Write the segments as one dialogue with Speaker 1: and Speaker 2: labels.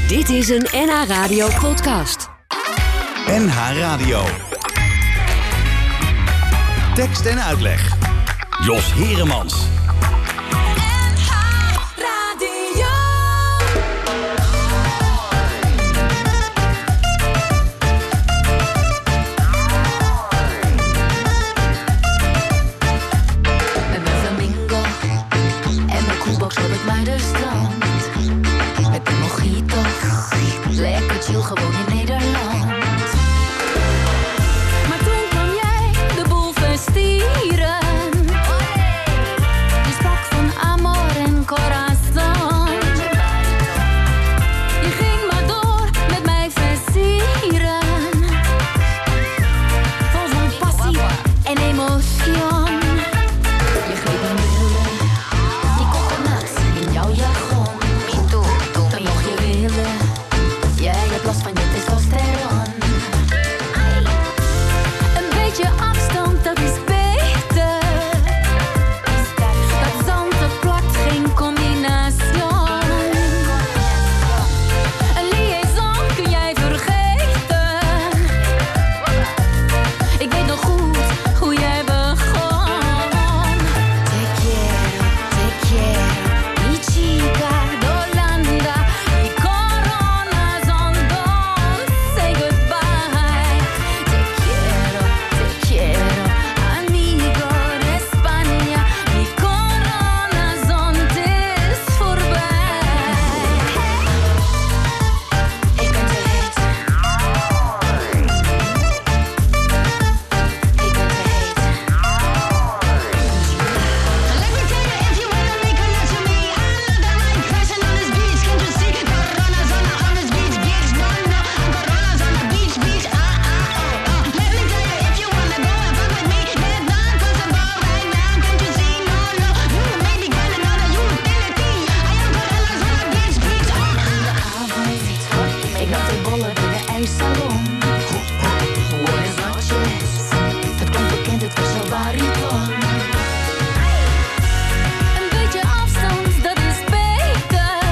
Speaker 1: Dit is een NH Radio podcast.
Speaker 2: NH Radio. Tekst en uitleg. Jos Heremans.
Speaker 3: Gewoon in Nederland. Maar toen kwam jij de boel verstieren. Je sprak van amor en corazon. Je ging maar door met mij versieren. Vol van passie en emotion. Je greep mijn willen, die coconuts in jouw jargon. Dan nog je willen. Jij hebt last van je testosteron. Een beetje afstand, dat is beter. Dat zand, dat plakt, geen combination. Een liaison kun jij vergeten. Ik weet nog goed hoe jij begon. Te quiero, mi chica de Holanda. Mi corona zon don, say goodbye. Te quiero, amigo de España. Mi corona zon, het is voorbij. Ik ben te heet. Ik ben te heet. Let me tell you, if you wanna make a love to me, I'm not the right person on this beach. Can't you see? Corona's on this beach, bitch. No, Corona's on the beach, beach. Let me tell you, if you wanna go and fuck with me, there's none possible right now. Can't you see? No, you may be kind of another utility. I am Corona's on the beach, beach. Ik nam twee bollen in de ijssalon. Buenas noches. Het komt bekend, het was jouw bariton. Een beetje afstand, dat is beter.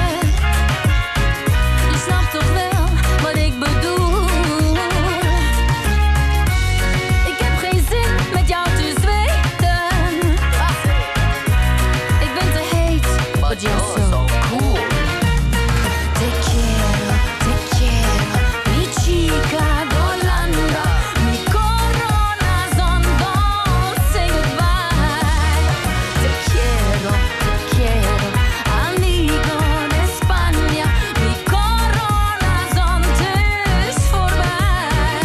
Speaker 3: Je snapt toch wel wat ik bedoel. Ik heb geen zin met jou te zweten. Ik ben te heet, but you're so cool. Te quiero, mi chica de Holanda. Mi corona zon don, say goodbye. Te quiero, amigo de España. Mi corona zon, het is voorbij.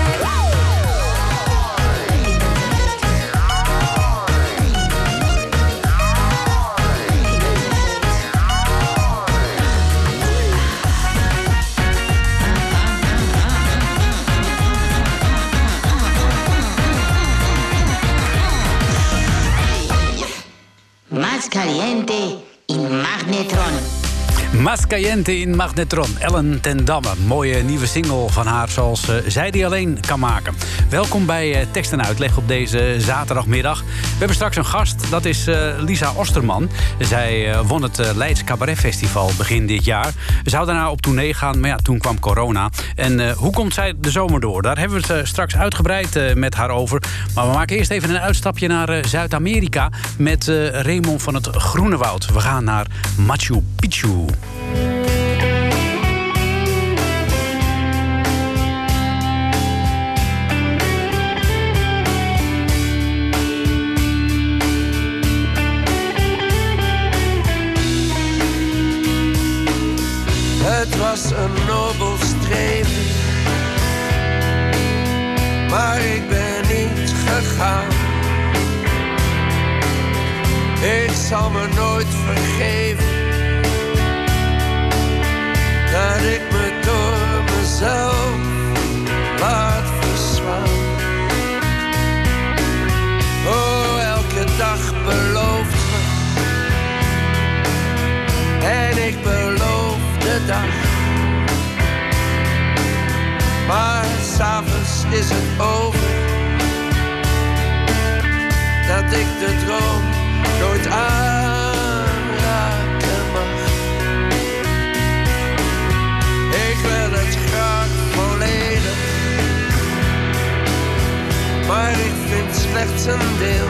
Speaker 4: Más caliente in Magnetron.
Speaker 5: Más Caliente in Magnetron. Ellen ten Damme. Mooie nieuwe single van haar zoals zij die alleen kan maken. Welkom bij Tekst en Uitleg op deze zaterdagmiddag. We hebben straks een gast, dat is Lisa Osterman. Zij won het Leids Cabaret Festival begin dit jaar. Ze zou daarna op tournee gaan, maar ja, toen kwam corona. En hoe komt zij de zomer door? Daar hebben we het straks uitgebreid met haar over. Maar we maken eerst even een uitstapje naar Zuid-Amerika met Raymond van het Groenewoud. We gaan naar Machu Picchu.
Speaker 6: Het was een nobel streven, maar ik ben niet gegaan. Ik zal me nooit vergeven dat ik me door mezelf laat verslaan. Oh, elke dag belooft me en ik beloof de dag. Maar 's avonds is het over, dat ik de droom nooit aanraken mag. een deel?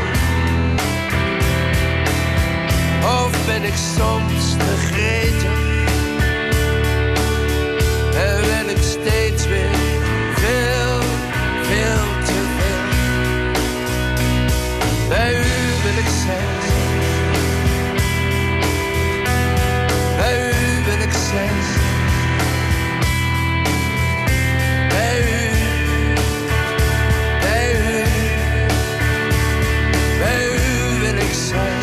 Speaker 6: Of ben ik soms te gretig? En wil ik steeds weer veel, veel te veel? Bij u wil ik zijn. Bij u wil ik zijn. Bij u, bij u, bij u wil ik zijn.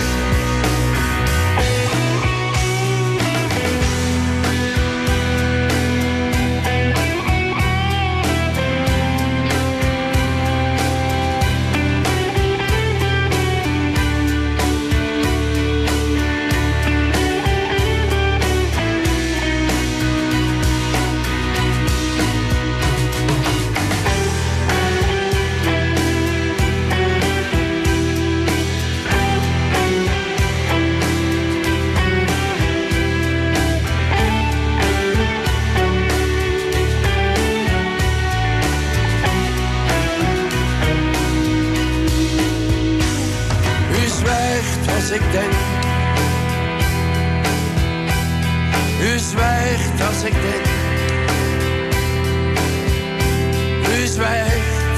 Speaker 6: Ik denk, u zwijgt als ik denk, u zwijgt.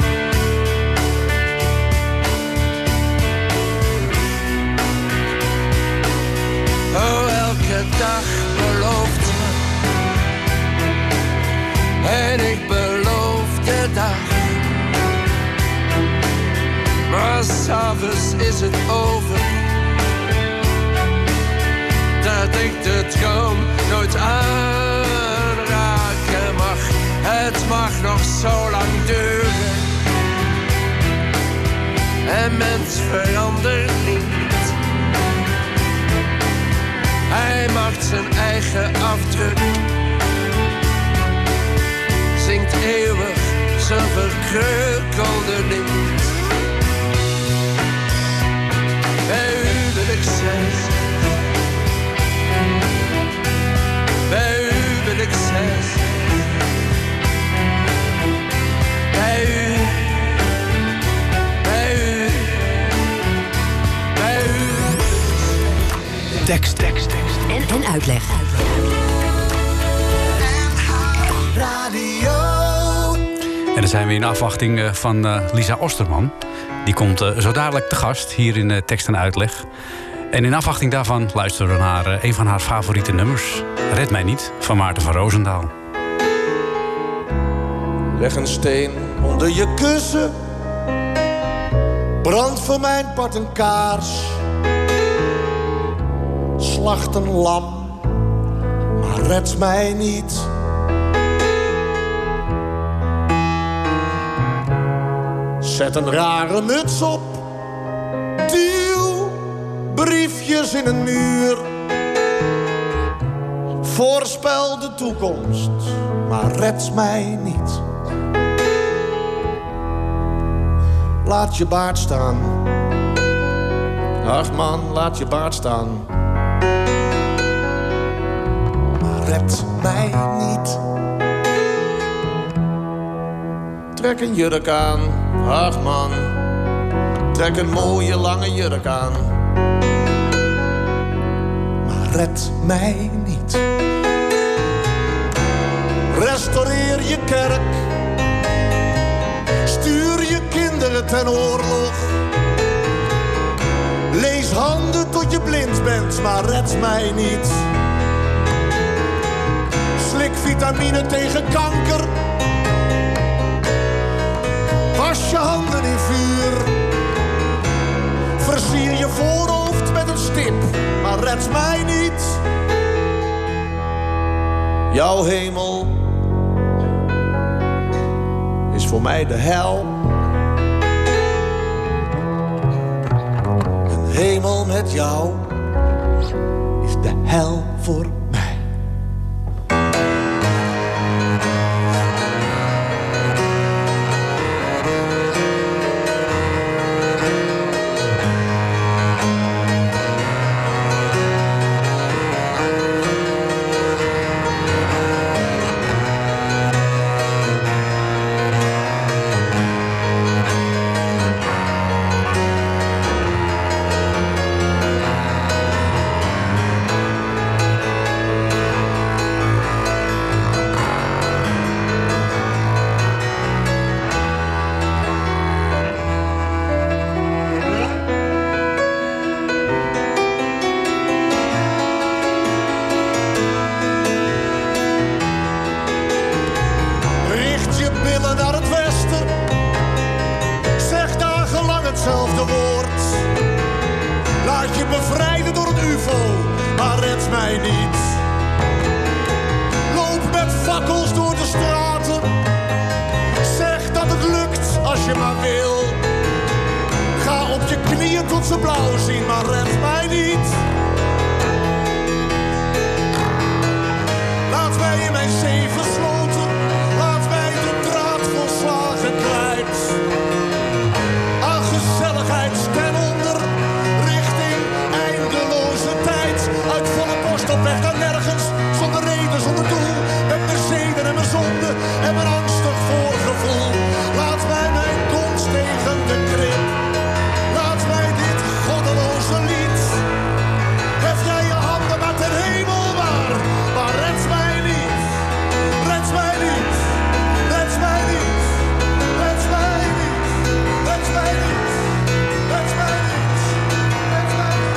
Speaker 6: Oh, elke dag belooft me, en ik beloof de dag. Maar 's avonds is het over, dat ik de droom nooit aanraken mag. Het mag nog zo lang duren, en mens verandert niet. Hij maakt zijn eigen afdruk, zingt eeuwig zijn verkreukelde lied. Bij u wil ik zijn. Bij u wil ik zijn. Bij u, bij u, bij u.
Speaker 2: Tekst.
Speaker 1: En uitleg.
Speaker 5: En dan zijn we in afwachting van Lisa Osterman. Die komt zo dadelijk te gast hier in Tekst en Uitleg. En in afwachting daarvan luisteren we naar een van haar favoriete nummers. Red mij niet, van Maarten van Roosendaal.
Speaker 7: Leg een steen onder je kussen. Brand voor mijn part een kaars. Slacht een lam, maar red mij niet. Zet een rare muts op. Duw briefjes in een muur. Voorspel de toekomst, maar red mij niet. Laat je baard staan. Ach man, laat je baard staan. Maar red mij niet. Trek een jurk aan. Ach man, trek een mooie lange jurk aan. Maar red mij niet. Restaureer je kerk. Stuur je kinderen ten oorlog. Lees handen tot je blind bent, maar red mij niet. Slik vitamine tegen kanker. Was je handen in vuur. Versier je voorhoofd met een stip, maar red mij niet. Jouw hemel is voor mij de hel. Een hemel met jou is de hel voor mij. red mij niet. Loop met fakkels door de straten. Zeg dat het lukt als je maar wil. Ga op je knieën tot ze blauw zien, maar red mij niet. Laat mij in mijn zee versloten. Laat mij de draad volslagen kwijt. Aan gezelligheid ten onder. Richting eindeloze tijd. Uit volle borst op weg naar nergens. Zonder reden, zonder doel. Met mijn zeden en mijn zonden. En mijn angstig voorgevoel. Laat mij mijn kont tegen de krip. Laat mij dit goddeloze lied. Hef jij je handen maar ten hemel maar. Maar red mij niet. Red mij niet. Red mij niet. Red mij niet. Red mij niet. Red mij niet. Red mij niet.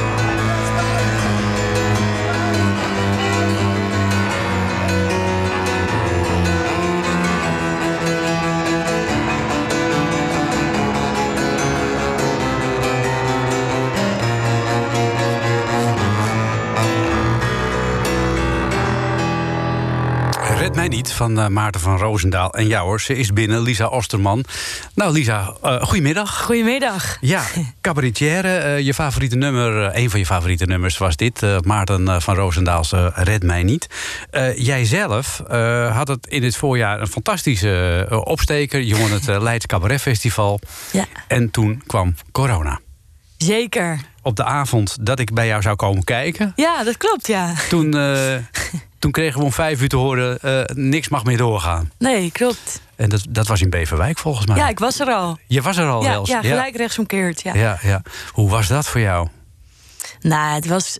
Speaker 5: Red mij niet van Maarten van Roosendaal. En ja hoor, ze is binnen, Lisa Osterman. Nou Lisa, goedemiddag.
Speaker 8: Goedemiddag.
Speaker 5: Ja, cabaretière. Je favoriete nummer, een van je favoriete nummers was dit. Maarten van Roosendaal's Red mij niet. Jij zelf had het in het voorjaar een fantastische opsteker. Je won het Leids Cabaret Festival.
Speaker 8: Ja.
Speaker 5: En toen kwam corona.
Speaker 8: Zeker.
Speaker 5: Op de avond dat ik bij jou zou komen kijken.
Speaker 8: Ja, dat klopt, ja.
Speaker 5: Toen kregen we om 5 uur te horen, niks mag meer doorgaan.
Speaker 8: Nee, klopt.
Speaker 5: En dat was in Beverwijk volgens mij.
Speaker 8: Ja, ik was er al.
Speaker 5: Je was er al
Speaker 8: Ja,
Speaker 5: wel?
Speaker 8: ja, gelijk rechtsomkeerd, ja.
Speaker 5: Ja. Hoe was dat voor jou?
Speaker 8: Nou, het was...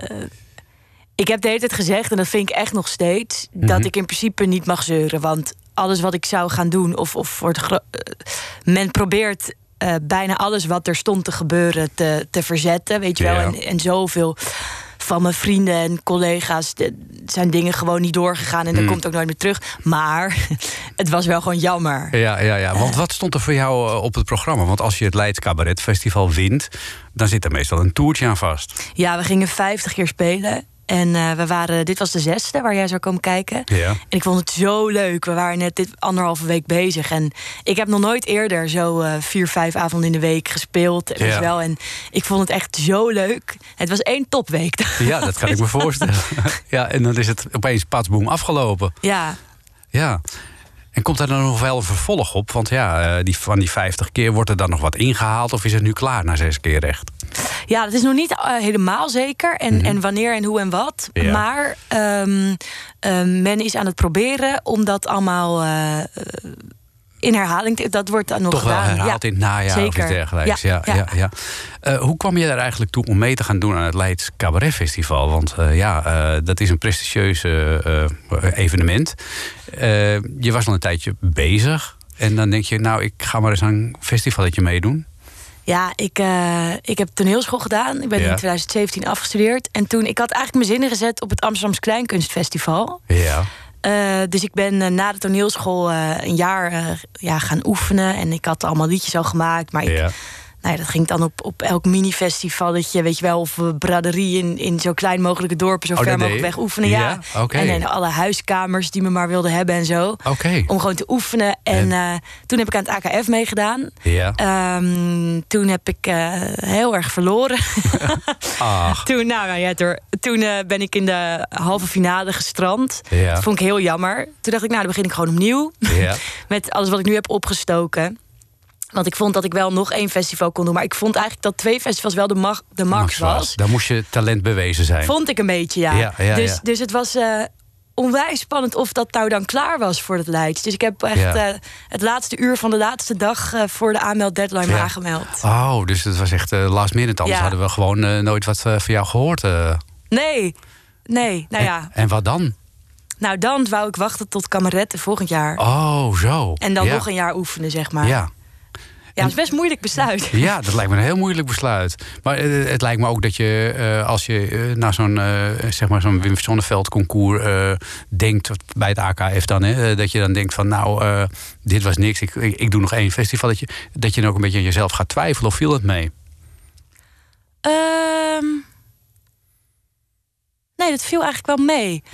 Speaker 8: ik heb de hele tijd gezegd, en dat vind ik echt nog steeds... dat ik in principe niet mag zeuren. Want alles wat ik zou gaan doen... of wordt men probeert bijna alles wat er stond te gebeuren te verzetten. Weet je wel?
Speaker 5: Ja.
Speaker 8: En zoveel van mijn vrienden en collega's zijn dingen gewoon niet doorgegaan. En dat komt ook nooit meer terug. Maar het was wel gewoon jammer.
Speaker 5: Ja. Want wat stond er voor jou op het programma? Want als je het Leids Cabaret Festival wint... dan zit er meestal een toertje aan vast.
Speaker 8: Ja, we gingen 50 keer spelen. En dit was de 6e waar jij zou komen kijken.
Speaker 5: Ja.
Speaker 8: En ik vond het zo leuk. We waren net 1,5 week bezig. En ik heb nog nooit eerder zo 4, 5 avonden in de week gespeeld.
Speaker 5: Ja.
Speaker 8: Dus wel. En ik vond het echt zo leuk. Het was 1 topweek.
Speaker 5: Ja, dat kan ik me voorstellen. Ja, en dan is het opeens patsboom afgelopen.
Speaker 8: Ja.
Speaker 5: Ja. En komt er dan nog wel een vervolg op? Want ja, van die 50 keer wordt er dan nog wat ingehaald... of is het nu klaar na 6 keer recht?
Speaker 8: Ja, dat is nog niet helemaal zeker. En wanneer en hoe en wat.
Speaker 5: Ja.
Speaker 8: Maar men is aan het proberen om dat allemaal in herhaling... Dat wordt dan nog
Speaker 5: toch
Speaker 8: gedaan.
Speaker 5: wel herhaald in het najaar
Speaker 8: zeker.
Speaker 5: of iets dergelijks. Ja. Hoe kwam je daar eigenlijk toe om mee te gaan doen aan het Leids Cabaret Festival? Want dat is een prestigieus evenement. Je was al een tijdje bezig. En dan denk je, nou, ik ga maar eens aan een festivalletje meedoen.
Speaker 8: Ja, ik heb toneelschool gedaan. Ik ben in 2017 afgestudeerd. En toen, ik had eigenlijk mijn zinnen gezet op het Amsterdamse Kleinkunstfestival.
Speaker 5: Ja.
Speaker 8: Dus ik ben na de toneelschool een jaar gaan oefenen. En ik had allemaal liedjes al gemaakt. Maar dat ging dan op elk mini-festivalletje, weet je wel, of braderie in zo klein mogelijke dorpen, zo ver mogelijk weg oefenen. Ja.
Speaker 5: Okay.
Speaker 8: En in alle huiskamers die me maar wilden hebben en zo.
Speaker 5: Okay.
Speaker 8: Om gewoon te oefenen. En toen heb ik aan het AKF meegedaan.
Speaker 5: Ja.
Speaker 8: Toen heb ik heel erg verloren.
Speaker 5: Ach.
Speaker 8: Toen ben ik in de halve finale gestrand.
Speaker 5: Ja.
Speaker 8: Dat vond ik heel jammer. Toen dacht ik, dan begin ik gewoon opnieuw.
Speaker 5: Ja.
Speaker 8: Met alles wat ik nu heb opgestoken. Want ik vond dat ik wel nog 1 festival kon doen. Maar ik vond eigenlijk dat 2 festivals wel de max was.
Speaker 5: Dan moest je talent bewezen zijn.
Speaker 8: Vond ik een beetje, ja. Dus het was onwijs spannend of dat nou dan klaar was voor het Leids. Dus ik heb echt het laatste uur van de laatste dag voor de aanmelddeadline aangemeld.
Speaker 5: Oh, dus het was echt last minute. Anders hadden we gewoon nooit wat van jou gehoord.
Speaker 8: Nee, nou ja.
Speaker 5: En wat dan?
Speaker 8: Nou, dan wou ik wachten tot kameretten volgend jaar.
Speaker 5: Oh, zo.
Speaker 8: En dan nog een jaar oefenen, zeg maar.
Speaker 5: Ja.
Speaker 8: Ja, dat is best een moeilijk besluit.
Speaker 5: Ja, dat lijkt me een heel moeilijk besluit. Maar het lijkt me ook dat je, als je naar zo'n Wim Sonneveld concours denkt, bij het AKF dan, dat je dan denkt van, nou, dit was niks, ik doe nog 1 festivalletje. Dat je dan ook een beetje aan jezelf gaat twijfelen, of viel het mee?
Speaker 8: Nee, dat viel eigenlijk wel mee.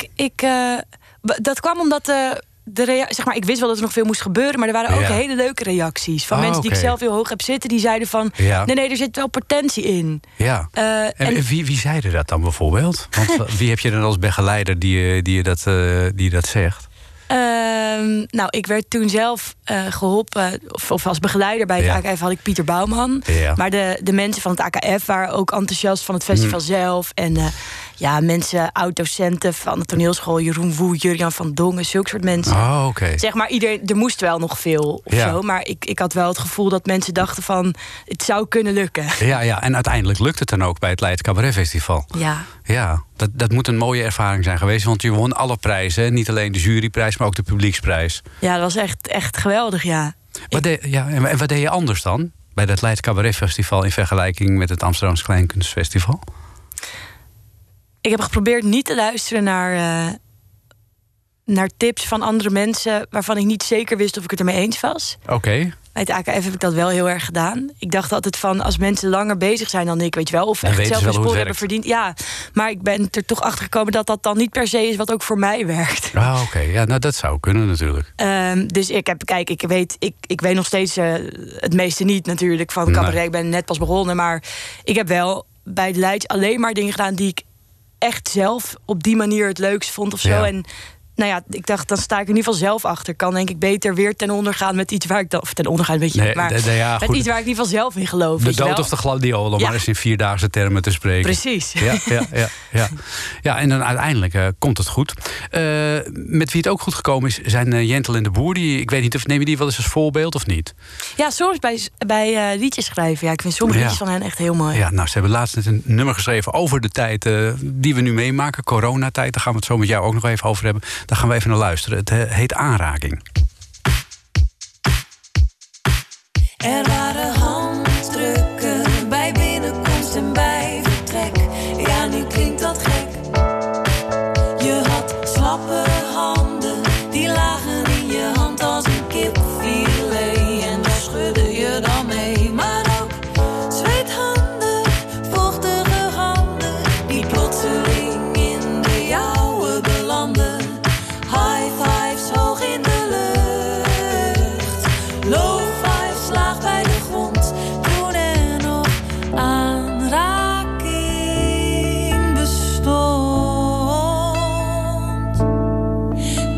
Speaker 8: Dat kwam omdat zeg maar, ik wist wel dat er nog veel moest gebeuren, maar er waren ook hele leuke reacties van mensen die ik zelf heel hoog heb zitten. Die zeiden van, nee, er zit wel potentie in.
Speaker 5: Ja. En wie zeiden dat dan bijvoorbeeld? Want wie heb je dan als begeleider die dat zegt?
Speaker 8: Nou, ik werd toen zelf geholpen, of als begeleider bij het AKF had ik Pieter Bouwman. Ja. Maar de mensen van het AKF waren ook enthousiast van het festival zelf. En mensen, oud-docenten van de toneelschool, Jeroen Woe, Jurjan van Dongen, zulke soort mensen.
Speaker 5: Oh, oké.
Speaker 8: Zeg maar, er moest wel nog veel of zo. Maar ik had wel het gevoel dat mensen dachten van, het zou kunnen lukken.
Speaker 5: Ja, en uiteindelijk lukt het dan ook bij het Leids Cabaret Festival. Ja, dat moet een mooie ervaring zijn geweest. Want je won alle prijzen. Hè? Niet alleen de juryprijs, maar ook de publieksprijs.
Speaker 8: Ja, dat was echt geweldig, ja.
Speaker 5: En wat deed je anders dan bij dat Leids Cabaret Festival in vergelijking met het Amsterdamse Kleinkunstfestival?
Speaker 8: Ik heb geprobeerd niet te luisteren naar tips van andere mensen waarvan ik niet zeker wist of ik het ermee eens was.
Speaker 5: Oké.
Speaker 8: Bij het AKF heb ik dat wel heel erg gedaan. Ik dacht altijd van, als mensen langer bezig zijn dan ik, weet je wel, of echt zelf een spoor hebben verdiend. Ja, maar ik ben er toch achter gekomen dat dat dan niet per se is wat ook voor mij werkt.
Speaker 5: Oké. Ja, nou dat zou kunnen natuurlijk.
Speaker 8: Dus ik weet nog steeds het meeste niet natuurlijk van cabaret. Nee. Ik ben net pas begonnen, maar ik heb wel bij de Leids alleen maar dingen gedaan die ik echt zelf op die manier het leukst vond of zo. Ja. En nou ja, ik dacht, dan sta ik er in ieder geval zelf achter. Kan denk ik beter weer ten onder gaan met iets waar ik dan... Of ten onder gaan, weet je, maar met iets waar ik in ieder geval zelf in geloof.
Speaker 5: De dood of de gladiolen, om maar eens in 4-daagse termen te spreken.
Speaker 8: Precies.
Speaker 5: Ja, en dan uiteindelijk komt het goed. Met wie het ook goed gekomen is, zijn Jentel en de Boer. Ik weet niet, of neem je die wel eens als voorbeeld of niet?
Speaker 8: Ja, soms bij liedjes schrijven. Ja, ik vind sommige liedjes van hen echt heel mooi.
Speaker 5: Ja, nou, ze hebben laatst net een nummer geschreven over de tijd die we nu meemaken. Coronatijd, daar gaan we het zo met jou ook nog even over hebben. Daar gaan we even naar luisteren. Het heet Aanraking.
Speaker 9: Er waren handdrukken bij binnenkomst en bij vertrek. Ja, nu klinkt dat gek. Je had slappe handen, die lagen in je hand als een kipfilet. En daar schudde je dan mee. Maar ook zweethanden, vochtige handen, die plotseling in de jouwe belanden. High fives hoog in de lucht. Low fives laag bij de grond. Toen er nog aanraking bestond.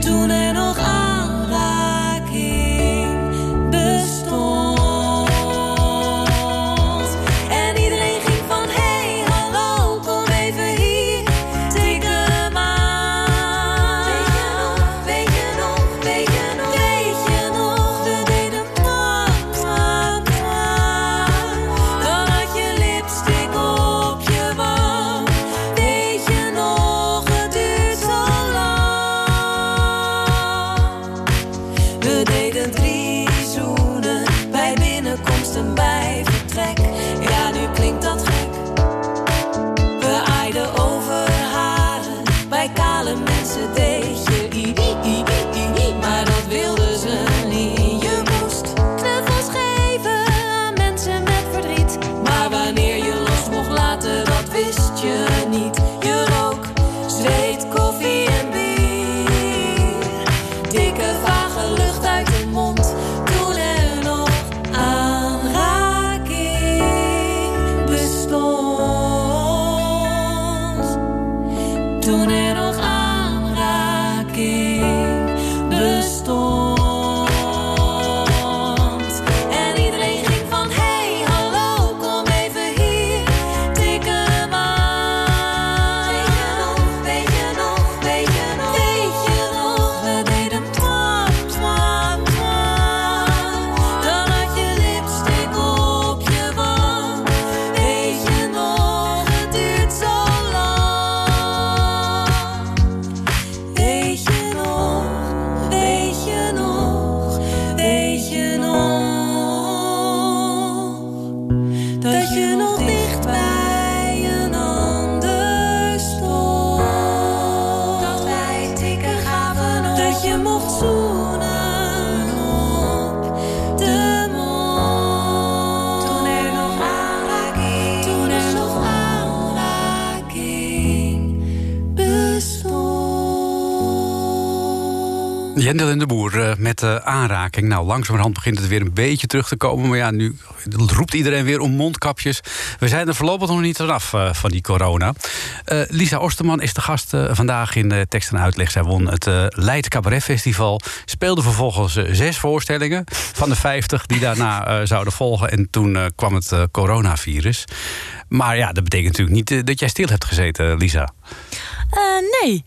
Speaker 5: Jendel en de Boer met aanraking. Nou, langzamerhand begint het weer een beetje terug te komen. Maar ja, nu roept iedereen weer om mondkapjes. We zijn er voorlopig nog niet vanaf van die corona. Lisa Osterman is de gast vandaag in Tekst en Uitleg. Zij won het Leids Cabaret Festival. Speelde vervolgens 6 voorstellingen van de 50 die daarna zouden volgen. En toen kwam het coronavirus. Maar ja, dat betekent natuurlijk niet dat jij stil hebt gezeten, Lisa.
Speaker 8: Nee.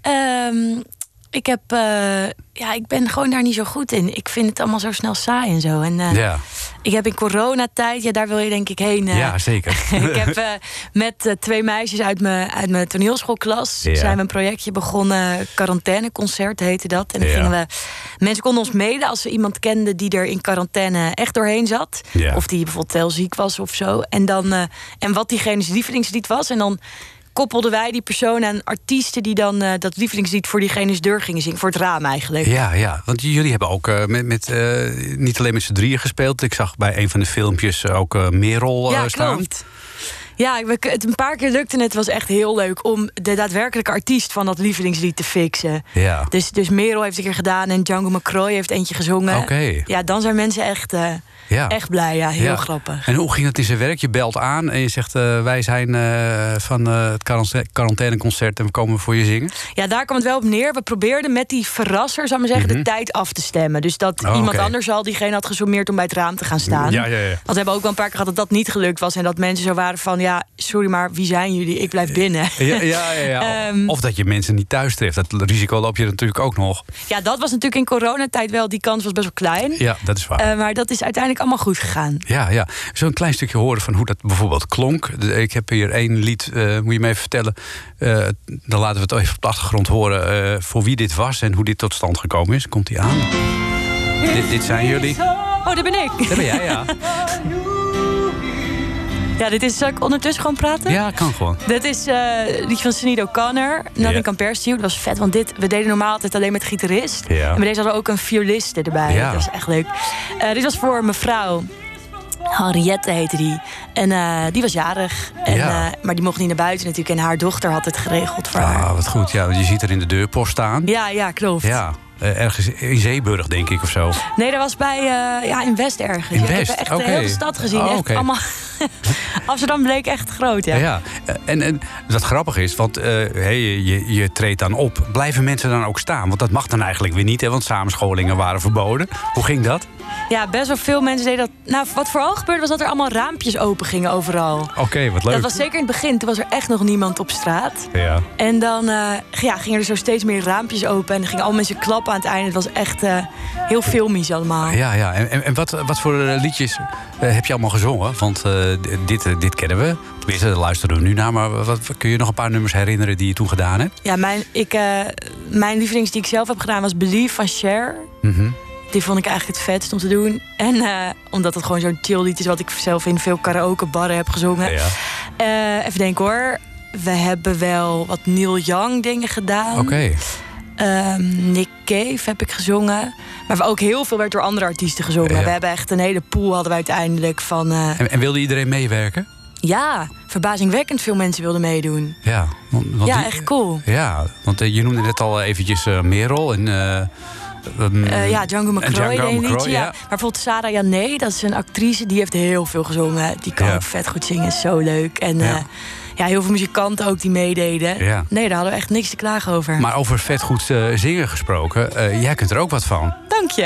Speaker 8: Ik ben gewoon daar niet zo goed in. Ik vind het allemaal zo snel saai en zo. En ik heb in coronatijd, daar wil je denk ik heen.
Speaker 5: Ja, zeker.
Speaker 8: Ik heb met 2 meisjes uit mijn toneelschoolklas zijn we een projectje begonnen. Quarantaineconcert heette dat. En dan gingen we. Mensen konden ons mede als ze iemand kenden die er in quarantaine echt doorheen zat. Ja. Of die bijvoorbeeld heel ziek was of zo. En dan en wat diegene's lievelingslied was. En dan koppelden wij die persoon aan artiesten die dan dat lievelingslied voor diegene's deur gingen zingen. Voor het raam eigenlijk. Ja, want jullie hebben ook niet alleen met z'n drieën gespeeld. Ik zag bij een van de filmpjes ook Merel staan. Klopt. Ja, het een paar keer lukte het. Het was echt heel leuk om de daadwerkelijke artiest van dat lievelingslied te fixen. Ja. Dus Merel heeft een keer gedaan en Django McCroy heeft eentje gezongen. Okay. Ja, dan zijn mensen echt echt blij. Ja, heel grappig. En hoe ging het in zijn werk? Je belt aan en je zegt wij zijn van het quarantaineconcert en we komen voor je zingen. Ja, daar kwam het wel op neer. We probeerden met die verrasser, zou ik maar zeggen, de tijd af te stemmen. Dus dat iemand anders al diegene had gesommeerd om bij het raam te gaan staan. Ja. Want we hebben ook wel een paar keer gehad dat niet gelukt was en dat mensen zo waren van ja, sorry, maar wie zijn jullie? Ik blijf binnen. Ja. Of dat je mensen niet thuis treft. Dat risico loop je natuurlijk ook nog. Ja, dat was natuurlijk in coronatijd wel. Die kans was best wel klein. Ja, dat is waar. Maar dat is uiteindelijk allemaal goed gegaan. Ja. Zo'n klein stukje horen van hoe dat bijvoorbeeld klonk. Ik heb hier 1 lied, moet je me even vertellen. Dan laten we het even op de achtergrond horen voor wie dit was en hoe dit tot stand gekomen is. Komt die aan? Dit zijn jullie. Oh, dat ben ik. Dat ben jij, ja. Ja, zal ik ondertussen gewoon praten? Ja, kan gewoon. Dit is liedje van Sinead O'Connor, Nothing Compares to You. Dat was vet, want we deden normaal altijd alleen met gitarist. Ja. En bij deze hadden we ook een violiste erbij. Ja. Dat was echt leuk. Dit was voor mevrouw Henriette heette die. En die was jarig. Maar die mocht niet naar buiten natuurlijk. En haar dochter had het geregeld voor haar. Wat goed. Ja, je ziet er in de deurpost staan. Ja, klopt. Ja. Ergens in Zeeburg, denk ik, of zo. Nee, dat was bij in West ergens. In West? Ik heb echt de hele stad gezien. Echt allemaal. Amsterdam bleek echt groot, ja. En wat grappig is, want je treedt dan op. Blijven mensen dan ook staan? Want dat mag dan eigenlijk weer niet, hè, want samenscholingen waren verboden. Hoe ging dat? Ja, best wel veel mensen deden dat. Nou, wat vooral gebeurde was dat er allemaal raampjes open gingen overal. Oké, wat leuk. Dat was zeker in het begin. Toen was er echt nog niemand op straat. Ja. En dan gingen er zo steeds meer raampjes open. En dan gingen al mensen klappen aan het einde. Het was echt heel filmisch allemaal. Ja. En wat voor liedjes heb je allemaal gezongen? Want dit kennen we. Tenminste, daar luisteren we nu naar. Maar kun je nog een paar nummers herinneren die je toen gedaan hebt? Ja, mijn lievelings die ik zelf heb gedaan was Believe van Cher. Mm-hmm. Die vond ik eigenlijk het vetst om te doen. En omdat het gewoon zo'n chill lied is wat ik zelf in veel karaokebarren heb gezongen. Ja. Even denken hoor. We hebben wel wat Neil Young dingen gedaan. Oké. Nick Cave heb ik gezongen. Maar ook heel veel werd door andere artiesten gezongen. Ja. We hebben echt een hele pool hadden we uiteindelijk van. En wilde iedereen meewerken? Ja, verbazingwekkend veel mensen wilden meedodoen. Ja, want echt cool. Ja, want je noemde net al eventjes Merel en Django McCroy deed een liedje. Ja. Maar bijvoorbeeld Sarah Jané, dat is een actrice, die heeft heel veel gezongen. Die kan ook vet goed zingen, is zo leuk. En heel veel muzikanten ook die meededen. Ja. Nee, daar hadden we echt niks te klagen over. Maar over vet goed zingen gesproken, jij kunt er ook wat van. Dank je.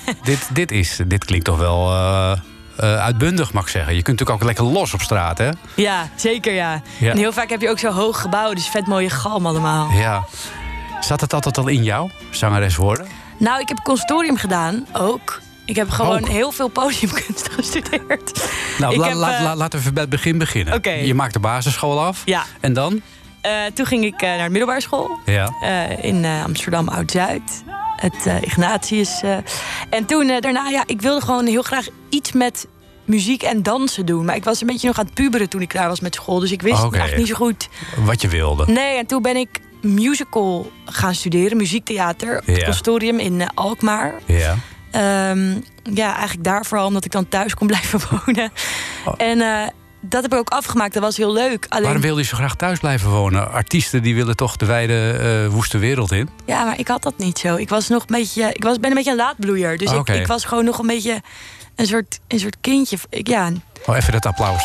Speaker 8: Dit klinkt toch wel uitbundig, mag ik zeggen. Je kunt natuurlijk ook lekker los op straat, hè? Ja, zeker ja. En heel vaak heb je ook zo hoog gebouw, dus vet mooie galm allemaal. Ja. Zat het altijd al in jou, zangeres worden? Nou, ik heb conservatorium gedaan, ook. Ik heb gewoon heel veel podiumkunst gestudeerd. Nou, laten we even bij het begin beginnen. Okay. Je maakt de basisschool af. Ja. En dan? Toen ging ik naar de middelbare school. Ja. In Amsterdam Oud-Zuid. Het Ignatius. En toen daarna, ik wilde gewoon heel graag iets met muziek en dansen doen. Maar ik was een beetje nog aan het puberen toen ik klaar was met school. Dus ik wist eigenlijk niet zo goed wat je wilde. Nee, en toen ben ik musical gaan studeren. Muziektheater. Op het conservatorium in Alkmaar. Ja. Eigenlijk daar vooral omdat ik dan thuis kon blijven wonen. En dat heb ik ook afgemaakt. Dat was heel leuk. Alleen,
Speaker 5: Waarom wilde je zo graag thuis blijven wonen? Artiesten die willen toch de wijde woeste wereld in?
Speaker 8: Ja, maar ik had dat niet zo. Ik was nog een beetje... ben een beetje een laatbloeier. Dus
Speaker 5: Oké.
Speaker 8: ik was gewoon nog een beetje een soort kindje.
Speaker 5: Oh, even dat applaus.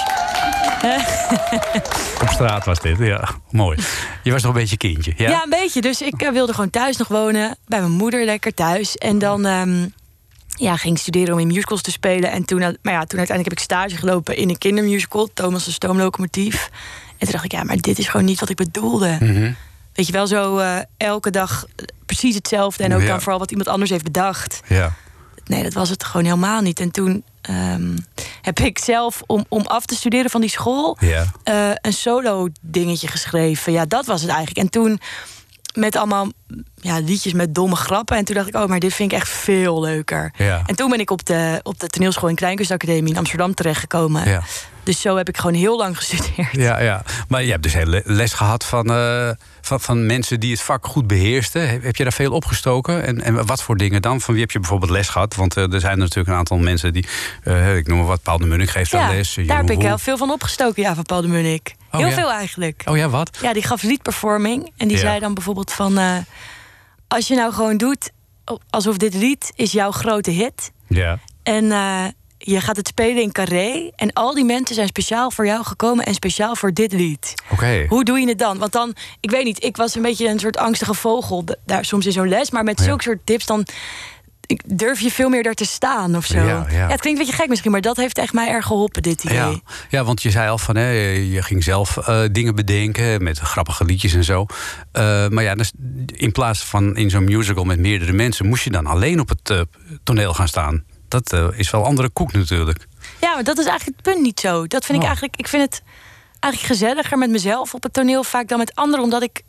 Speaker 5: Op straat was dit, ja. Mooi. Je was nog een beetje kindje, ja?
Speaker 8: Ja, een beetje. Dus ik wilde gewoon thuis nog wonen. Bij mijn moeder lekker thuis. En dan ging ik studeren om in musicals te spelen. En toen uiteindelijk heb ik stage gelopen in een kindermusical. Thomas de Stoomlocomotief. En toen dacht ik, ja, maar dit is gewoon niet wat ik bedoelde.
Speaker 5: Mm-hmm.
Speaker 8: Weet je wel, zo elke dag precies hetzelfde. En ook dan vooral wat iemand anders heeft bedacht.
Speaker 5: Ja.
Speaker 8: Nee, dat was het gewoon helemaal niet. En toen heb ik zelf, om af te studeren van die school... een solo dingetje geschreven. Ja, dat was het eigenlijk. En toen met allemaal liedjes met domme grappen. En toen dacht ik, oh, maar dit vind ik echt veel leuker.
Speaker 5: Ja.
Speaker 8: En toen ben ik op de toneelschool in Kleinkunstacademie in Amsterdam terechtgekomen.
Speaker 5: Ja.
Speaker 8: Dus zo heb ik gewoon heel lang gestudeerd.
Speaker 5: Ja. Maar je hebt dus heel les gehad van mensen die het vak goed beheersten. Heb je daar veel opgestoken? En wat voor dingen dan? Van wie heb je bijvoorbeeld les gehad? Want er zijn natuurlijk een aantal mensen die... ik noem maar wat, Paul de Munnik geeft daar les.
Speaker 8: Daar heb ik heel veel van opgestoken, van Paul de Munnik. Heel veel eigenlijk.
Speaker 5: Oh ja, wat?
Speaker 8: Ja, die gaf liedperforming. En die zei dan bijvoorbeeld van... als je nou gewoon doet alsof dit lied is jouw grote hit...
Speaker 5: Ja.
Speaker 8: En je gaat het spelen in Carré... en al die mensen zijn speciaal voor jou gekomen... en speciaal voor dit lied.
Speaker 5: Oké.
Speaker 8: Hoe doe je het dan? Want dan, ik weet niet, ik was een beetje een soort angstige vogel... daar soms in zo'n les, maar met zulke soort tips... dan durf je veel meer daar te staan of zo.
Speaker 5: Ja.
Speaker 8: Het klinkt een beetje gek misschien... maar dat heeft echt mij erg geholpen, dit idee.
Speaker 5: Ja, want je zei al van... je ging zelf dingen bedenken met grappige liedjes en zo. Maar ja, dus in plaats van in zo'n musical met meerdere mensen... moest je dan alleen op het toneel gaan staan. Dat is wel andere koek natuurlijk.
Speaker 8: Ja, maar dat is eigenlijk het punt niet zo. Dat vind ik eigenlijk... Ik vind het eigenlijk gezelliger met mezelf op het toneel... vaak dan met anderen, omdat ik...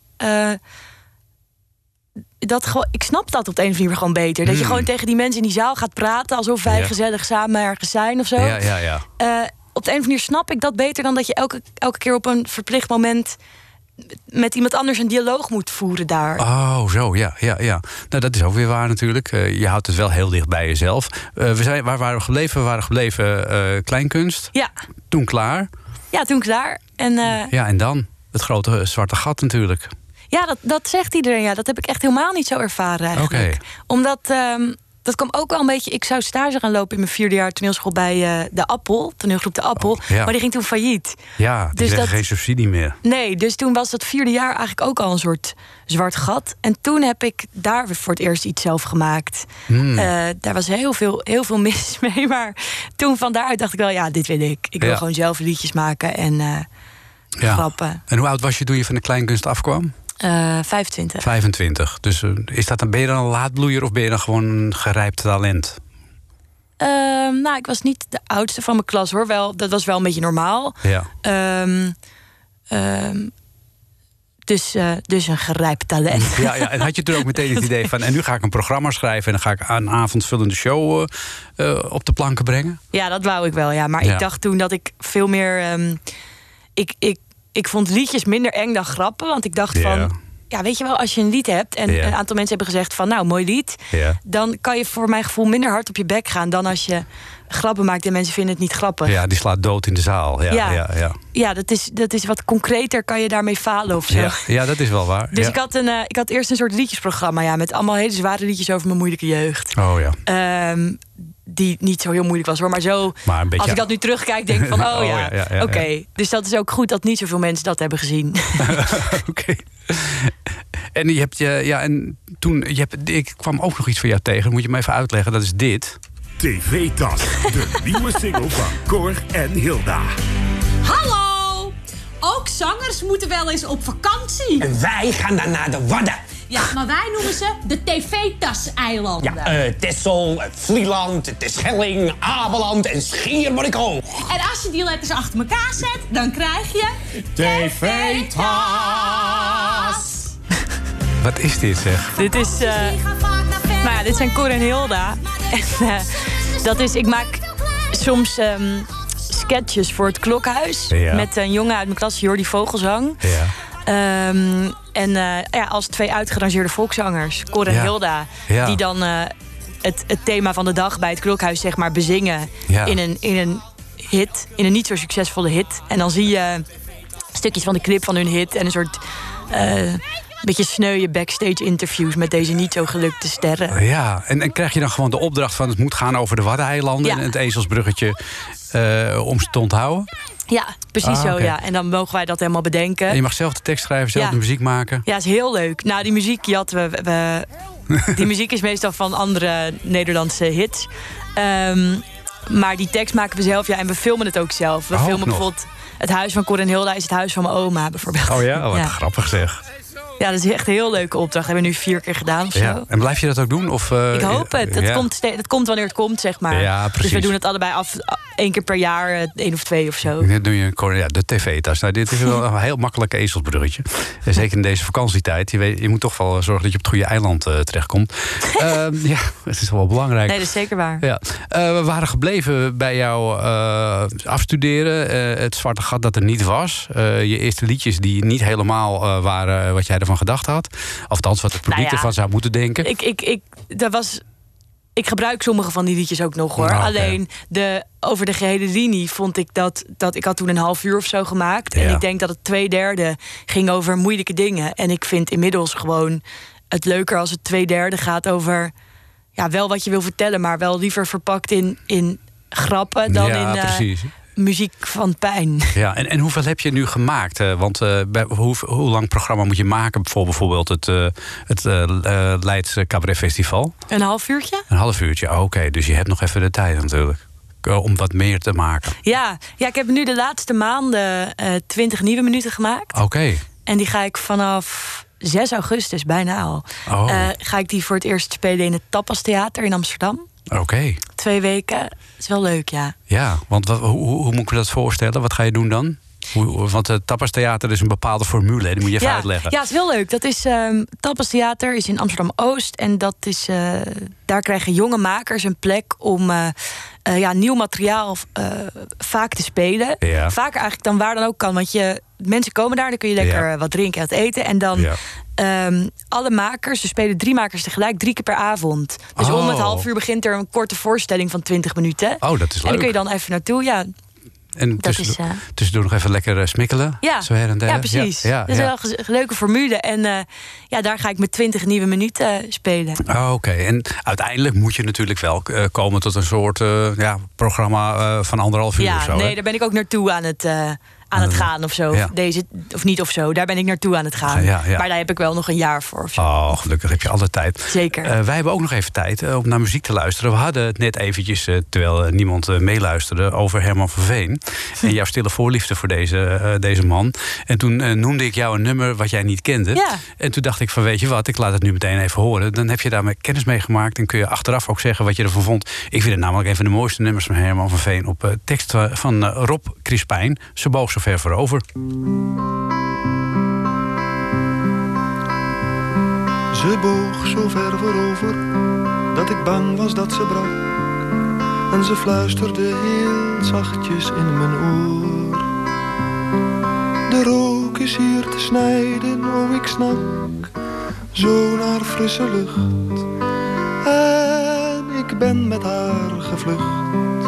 Speaker 8: ik snap dat op de een of andere manier gewoon beter. Dat je gewoon tegen die mensen in die zaal gaat praten... alsof wij gezellig samen ergens zijn of zo.
Speaker 5: Ja.
Speaker 8: Op de een of andere manier snap ik dat beter... dan dat je elke keer op een verplicht moment... met iemand anders een dialoog moet voeren daar.
Speaker 5: Oh, zo, ja. Nou, dat is ook weer waar natuurlijk. Je houdt het wel heel dicht bij jezelf. Waar waren we gebleven? We waren gebleven kleinkunst.
Speaker 8: Ja.
Speaker 5: Toen klaar.
Speaker 8: Ja, toen klaar. En,
Speaker 5: en dan het grote zwarte gat natuurlijk.
Speaker 8: Ja, dat zegt iedereen. Ja, dat heb ik echt helemaal niet zo ervaren eigenlijk.
Speaker 5: Oké.
Speaker 8: Omdat... dat kwam ook wel een beetje... Ik zou stage gaan lopen in mijn 4e jaar toneelschool bij de Appel. Toneelgroep de Appel.
Speaker 5: Ja.
Speaker 8: Maar die ging toen failliet.
Speaker 5: Ja, die
Speaker 8: dus
Speaker 5: geen subsidie meer.
Speaker 8: Nee, dus toen was dat 4e jaar eigenlijk ook al een soort zwart gat. En toen heb ik daar voor het eerst iets zelf gemaakt. Daar was heel veel mis mee. Maar toen van daaruit dacht ik wel, ja, dit wil ik. Ik wil gewoon zelf liedjes maken en grappen.
Speaker 5: En hoe oud was je toen je van de kleinkunst afkwam?
Speaker 8: 25.
Speaker 5: 25. Dus ben je dan een laatbloeier of ben je dan gewoon een gerijpt talent?
Speaker 8: Ik was niet de oudste van mijn klas, hoor. Dat was wel een beetje normaal.
Speaker 5: Ja.
Speaker 8: Dus een gerijpt talent.
Speaker 5: Ja, en had je toen ook meteen het idee van... en nu ga ik een programma schrijven... en dan ga ik een avondvullende show op de planken brengen?
Speaker 8: Ja, dat wou ik wel, ja. Maar ik dacht toen dat ik veel meer... Ik vond liedjes minder eng dan grappen. Want ik dacht van... Ja, weet je wel, als je een lied hebt... en een aantal mensen hebben gezegd van... nou, mooi lied... dan kan je voor mijn gevoel minder hard op je bek gaan... dan als je grappen maakt en mensen vinden het niet grappig.
Speaker 5: Ja, die slaat dood in de zaal. Ja,
Speaker 8: dat is wat concreter, kan je daarmee falen of zo.
Speaker 5: Ja, dat is wel waar.
Speaker 8: Dus ik had eerst een soort liedjesprogramma... met allemaal hele zware liedjes over mijn moeilijke jeugd.
Speaker 5: Oh ja.
Speaker 8: Die niet zo heel moeilijk was, hoor. Maar zo, maar een beetje... als ik dat nu terugkijk, denk ik van... oké. Dus dat is ook goed dat niet zoveel mensen dat hebben gezien.
Speaker 5: Oké. En je hebt ik kwam ook nog iets van jou tegen. Moet je me even uitleggen, dat is dit.
Speaker 10: TV-tas, de nieuwe single van Cor en Hilda.
Speaker 11: Hallo! Ook zangers moeten wel eens op vakantie.
Speaker 12: En wij gaan dan naar de Wadden.
Speaker 11: Ja, maar wij noemen ze de TV-tas-eilanden.
Speaker 12: Ja, Texel, Vlieland, Terschelling, Ameland en Schiermonnikoog.
Speaker 11: En als je die letters achter elkaar zet, dan krijg je...
Speaker 12: TV-tas.
Speaker 5: Wat is dit, zeg?
Speaker 8: Dit is... dit zijn Cor en Hilda. En ik maak soms sketches voor het Klokhuis. Ja. Met een jongen uit mijn klas, Jordi Vogelzang. Ja. Als 2 uitgerangeerde volkszangers, Cor en Hilda...
Speaker 5: Ja.
Speaker 8: die dan het thema van de dag bij het Klokhuis zeg maar bezingen... in een hit, in een niet zo succesvolle hit. En dan zie je stukjes van de clip van hun hit en een soort beetje sneuwe backstage interviews met deze niet zo gelukte sterren.
Speaker 5: Ja, en krijg je dan gewoon de opdracht van het moet gaan over de Waddeneilanden en het ezelsbruggetje om ze te onthouden?
Speaker 8: Ja, precies zo,
Speaker 5: oké.
Speaker 8: ja. En dan mogen wij dat helemaal bedenken.
Speaker 5: En je mag zelf de tekst schrijven, zelf de muziek maken.
Speaker 8: Ja, is heel leuk. Nou, die muziek jatten we die muziek is meestal van andere Nederlandse hits. Maar die tekst maken we zelf, en we filmen het ook zelf. We filmen bijvoorbeeld het huis van Cor en Hilda is het huis van mijn oma, bijvoorbeeld.
Speaker 5: Oh ja? Wat grappig zeg.
Speaker 8: Ja, dat is echt een heel leuke opdracht. Dat hebben we nu 4 keer gedaan of zo.
Speaker 5: Ja. En blijf je dat ook doen? Of,
Speaker 8: ik hoop het. Het komt wanneer het komt, zeg maar.
Speaker 5: Ja,
Speaker 8: dus we doen het allebei 1 keer per jaar, 1 of 2 of zo.
Speaker 5: Dit doe je de tv-tas. Nou, dit is wel een heel makkelijk ezelsbruggetje. Zeker in deze vakantietijd. Je moet toch wel zorgen dat je op het goede eiland terechtkomt. Ja, het is wel belangrijk.
Speaker 8: Nee, dat is zeker waar.
Speaker 5: Ja. We waren gebleven bij jou afstuderen. Het zwarte gat dat er niet was. Je eerste liedjes die niet helemaal waren wat jij ervan gedacht had. Althans, wat het publiek ervan zou moeten denken.
Speaker 8: Ik gebruik sommige van die liedjes ook nog, hoor.
Speaker 5: Okay.
Speaker 8: Alleen over de gehele linie vond ik dat ik had toen een half uur of zo gemaakt. En ik denk dat het 2/3 ging over moeilijke dingen. En ik vind inmiddels gewoon het leuker als het 2/3 gaat over wel wat je wil vertellen, maar wel liever verpakt in grappen dan in muziek van pijn.
Speaker 5: Ja, en hoeveel heb je nu gemaakt? Want hoe lang programma moet je maken voor bijvoorbeeld het Leids Cabaret Festival?
Speaker 8: Een half uurtje?
Speaker 5: Een half uurtje, oké. Dus je hebt nog even de tijd natuurlijk om wat meer te maken.
Speaker 8: Ja, ik heb nu de laatste maanden 20 nieuwe minuten gemaakt.
Speaker 5: Oké.
Speaker 8: En die ga ik vanaf 6 augustus, bijna al, ga ik die voor het eerst spelen in het Tapas Theater in Amsterdam.
Speaker 5: Oké.
Speaker 8: 2 weken. Dat is wel leuk, ja.
Speaker 5: Ja, want hoe moet ik me dat voorstellen? Wat ga je doen dan? Want het Tapas Theater is een bepaalde formule, die moet je even uitleggen.
Speaker 8: Ja, het is heel leuk. Dat is Tapas Theater is in Amsterdam-Oost. En dat is, daar krijgen jonge makers een plek om nieuw materiaal vaak te spelen. Ja. Vaker eigenlijk dan waar dan ook kan. Want mensen komen daar, dan kun je lekker wat drinken en wat eten. En dan alle makers, ze spelen 3 makers tegelijk, 3 keer per avond. Dus om het half uur begint er een korte voorstelling van 20 minuten.
Speaker 5: Oh, dat is leuk.
Speaker 8: En dan kun je dan even naartoe,
Speaker 5: En tussendoor nog even lekker smikkelen.
Speaker 8: Ja,
Speaker 5: zo her en der.
Speaker 8: Ja, precies. Dat is wel een leuke formule. En daar ga ik met 20 nieuwe minuten spelen.
Speaker 5: Oké. En uiteindelijk moet je natuurlijk wel komen tot een soort programma van 1,5 uur of zo.
Speaker 8: Nee, daar ben ik ook naartoe aan het gaan of zo.
Speaker 5: Ja.
Speaker 8: Of niet of zo. Daar ben ik naartoe aan het gaan. Maar daar heb ik wel nog een jaar voor. Of zo.
Speaker 5: Oh, gelukkig heb je alle tijd.
Speaker 8: Zeker.
Speaker 5: Wij hebben ook nog even tijd om naar muziek te luisteren. We hadden het net eventjes, terwijl niemand meeluisterde, over Herman van Veen. En jouw stille voorliefde voor deze man. En toen noemde ik jou een nummer wat jij niet kende.
Speaker 8: Ja.
Speaker 5: En toen dacht ik van, weet je wat, ik laat het nu meteen even horen. Dan heb je daarmee kennis mee gemaakt en kun je achteraf ook zeggen wat je ervan vond. Ik vind het namelijk een van de mooiste nummers van Herman van Veen op tekst van Rob Crispijn. Ze boog zo ver voorover.
Speaker 13: Ze boog zo ver voorover dat ik bang was dat ze brak. En ze fluisterde heel zachtjes in mijn oor. De rook is hier te snijden, oh ik snak zo naar frisse lucht. En ik ben met haar gevlucht.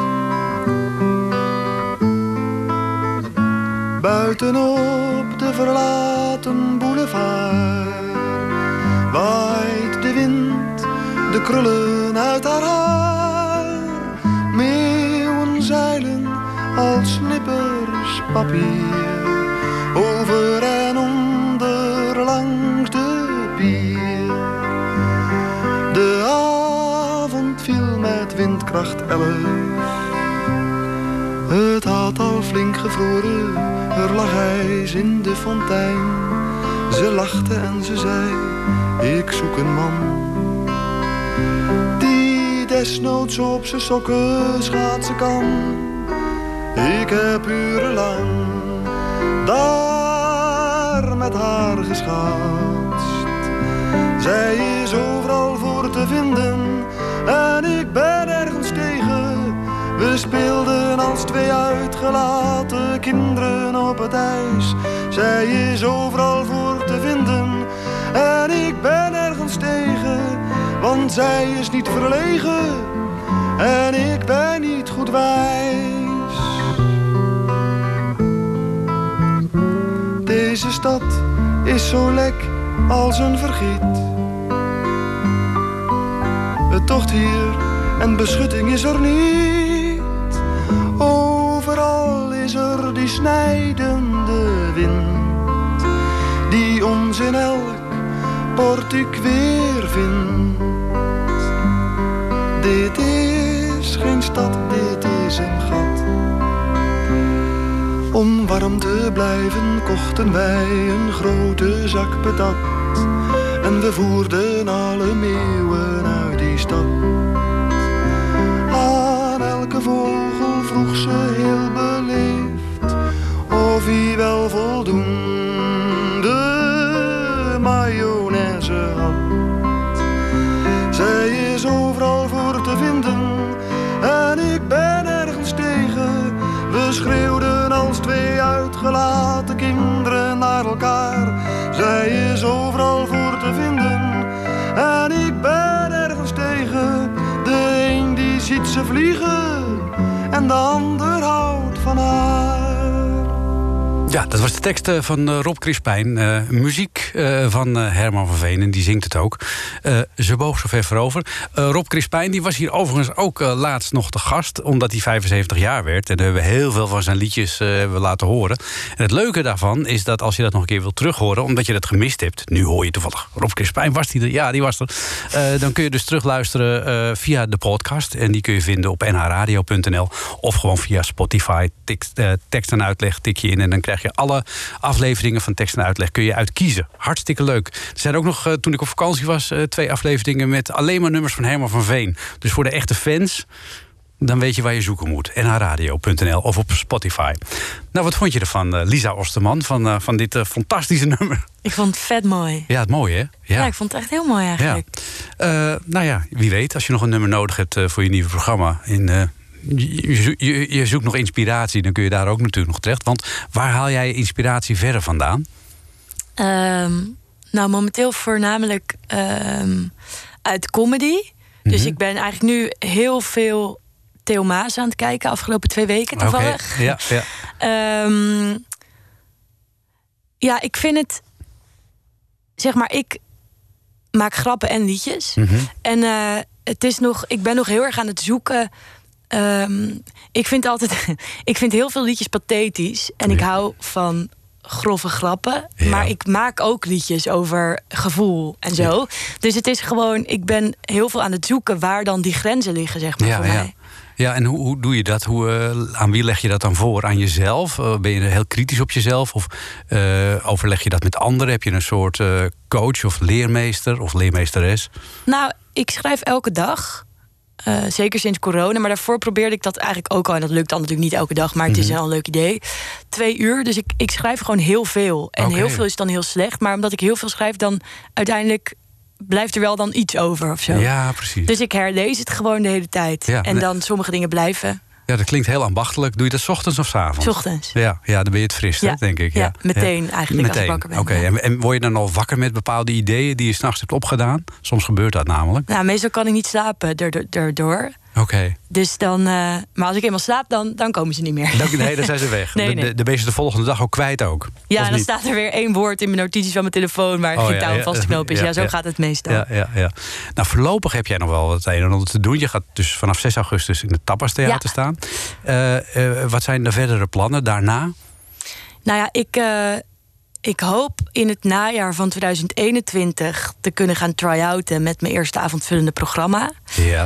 Speaker 13: Buiten op de verlaten boulevard waait de wind de krullen uit haar haar. Meeuwen zeilen als snippers papier over en onder langs de pier. De avond viel met windkracht 11. Het had al flink gevroren, er lag ijs in de fontein. Ze lachte en ze zei, ik zoek een man die desnoods op zijn sokken schaatsen kan. Ik heb urenlang daar met haar geschaatst. Zij is overal voor te vinden en ik ben ergens tegen. We speelden als 2 uitgelaten kinderen op het ijs. Zij is overal voor te vinden en ik ben ergens tegen. Want zij is niet verlegen en ik ben niet goed wijs. Deze stad is zo lek als een vergiet. Het tocht hier en beschutting is er niet. Overal is er die snijdende wind, die ons in elk portiek weer vindt. Dit is geen stad, dit is een gat. Om warm te blijven kochten wij een grote zak patat. En we voerden alle meeuwen uit die stad. Aan elke vogel vroeg ze heel beleefd of hij wel voldoende mayonaise had. Zij is overal voor te vinden en ik ben ergens tegen. We schreeuwden als twee uitgelaten kinderen naar elkaar. Zij is overal voor te vinden en ik ben ergens tegen. De een die ziet ze vliegen en de ander houdt van haar.
Speaker 5: Ja, dat was de tekst van Rob Crispijn. Muziek van Herman van Veen, en die zingt het ook. Ze boog zo ver voorover. Rob Crispijn die was hier overigens ook laatst nog te gast, omdat hij 75 jaar werd. En we hebben heel veel van zijn liedjes hebben laten horen. En het leuke daarvan is dat als je dat nog een keer wilt terughoren, omdat je dat gemist hebt, nu hoor je toevallig Rob Crispijn, was die er? Ja, die was er. Dan kun je dus terugluisteren via de podcast. En die kun je vinden op nhradio.nl of gewoon via Spotify. Tekst en uitleg tik je in en dan krijg je alle afleveringen van Tekst en Uitleg kun je uitkiezen. Hartstikke leuk. Er zijn ook nog, toen ik op vakantie was, 2 afleveringen met alleen maar nummers van Herman van Veen. Dus voor de echte fans, dan weet je waar je zoeken moet. nhradio.nl of op Spotify. Nou, wat vond je ervan, Lisa Osterman, van dit fantastische nummer?
Speaker 8: Ik vond het vet mooi.
Speaker 5: Ja, het mooi, hè?
Speaker 8: Ja, ik vond het echt heel mooi eigenlijk.
Speaker 5: Ja. Nou ja, wie weet, als je nog een nummer nodig hebt voor je nieuwe programma je zoekt nog inspiratie, dan kun je daar ook natuurlijk nog terecht. Want waar haal jij je inspiratie verder vandaan?
Speaker 8: Nou, momenteel voornamelijk uit comedy. Dus ik ben eigenlijk nu heel veel Theo Maas aan het kijken. Afgelopen 2 weken toevallig.
Speaker 5: Okay. Ja.
Speaker 8: Ja, ik vind het... Zeg maar, ik maak grappen en liedjes. En het is nog... Ik ben nog heel erg aan het zoeken... Ik vind heel veel liedjes pathetisch. En ik hou van grove grappen. Ja. Maar ik maak ook liedjes over gevoel en zo. Ja. Dus het is gewoon... Ik ben heel veel aan het zoeken waar dan die grenzen liggen, zeg maar, voor mij.
Speaker 5: Ja, en hoe doe je dat? Aan wie leg je dat dan voor? Aan jezelf? Ben je heel kritisch op jezelf? Of overleg je dat met anderen? Heb je een soort coach of leermeester of leermeesteres?
Speaker 8: Nou, ik schrijf elke dag... zeker sinds corona, maar daarvoor probeerde ik dat eigenlijk ook al. En dat lukt dan natuurlijk niet elke dag, maar het is wel een leuk idee. 2 uur, dus ik schrijf gewoon heel veel. En heel veel is dan heel slecht. Maar omdat ik heel veel schrijf, dan uiteindelijk blijft er wel dan iets over of zo.
Speaker 5: Ja, precies.
Speaker 8: Dus ik herlees het gewoon de hele tijd. Ja, en dan sommige dingen blijven.
Speaker 5: Ja, dat klinkt heel ambachtelijk. Doe je dat 's ochtends of 's avonds?
Speaker 8: 's Ochtends.
Speaker 5: Ja, dan ben je het fris, hè, denk ik.
Speaker 8: Ja, meteen eigenlijk als ik wakker ben.
Speaker 5: Oké. En word je dan al wakker met bepaalde ideeën die je 's nachts hebt opgedaan? Soms gebeurt dat namelijk.
Speaker 8: Nou, meestal kan ik niet slapen daardoor.
Speaker 5: Oké.
Speaker 8: Dus dan... maar als ik eenmaal slaap, dan komen ze niet meer.
Speaker 5: Nee, dan zijn ze weg.
Speaker 8: Nee.
Speaker 5: Dan ben je ze de volgende dag ook kwijt ook.
Speaker 8: Ja, en dan staat er weer 1 woord in mijn notities van mijn telefoon... waar geen touw vast te knopen is. Ja, zo gaat het meestal.
Speaker 5: Ja. Nou, voorlopig heb jij nog wel wat een en ander te doen. Je gaat dus vanaf 6 augustus in het Tapas Theater staan. Wat zijn de verdere plannen daarna? Nou ja,
Speaker 8: ik hoop in het najaar van 2021 te kunnen gaan try-outen... met mijn eerste avondvullende programma.
Speaker 5: Ja.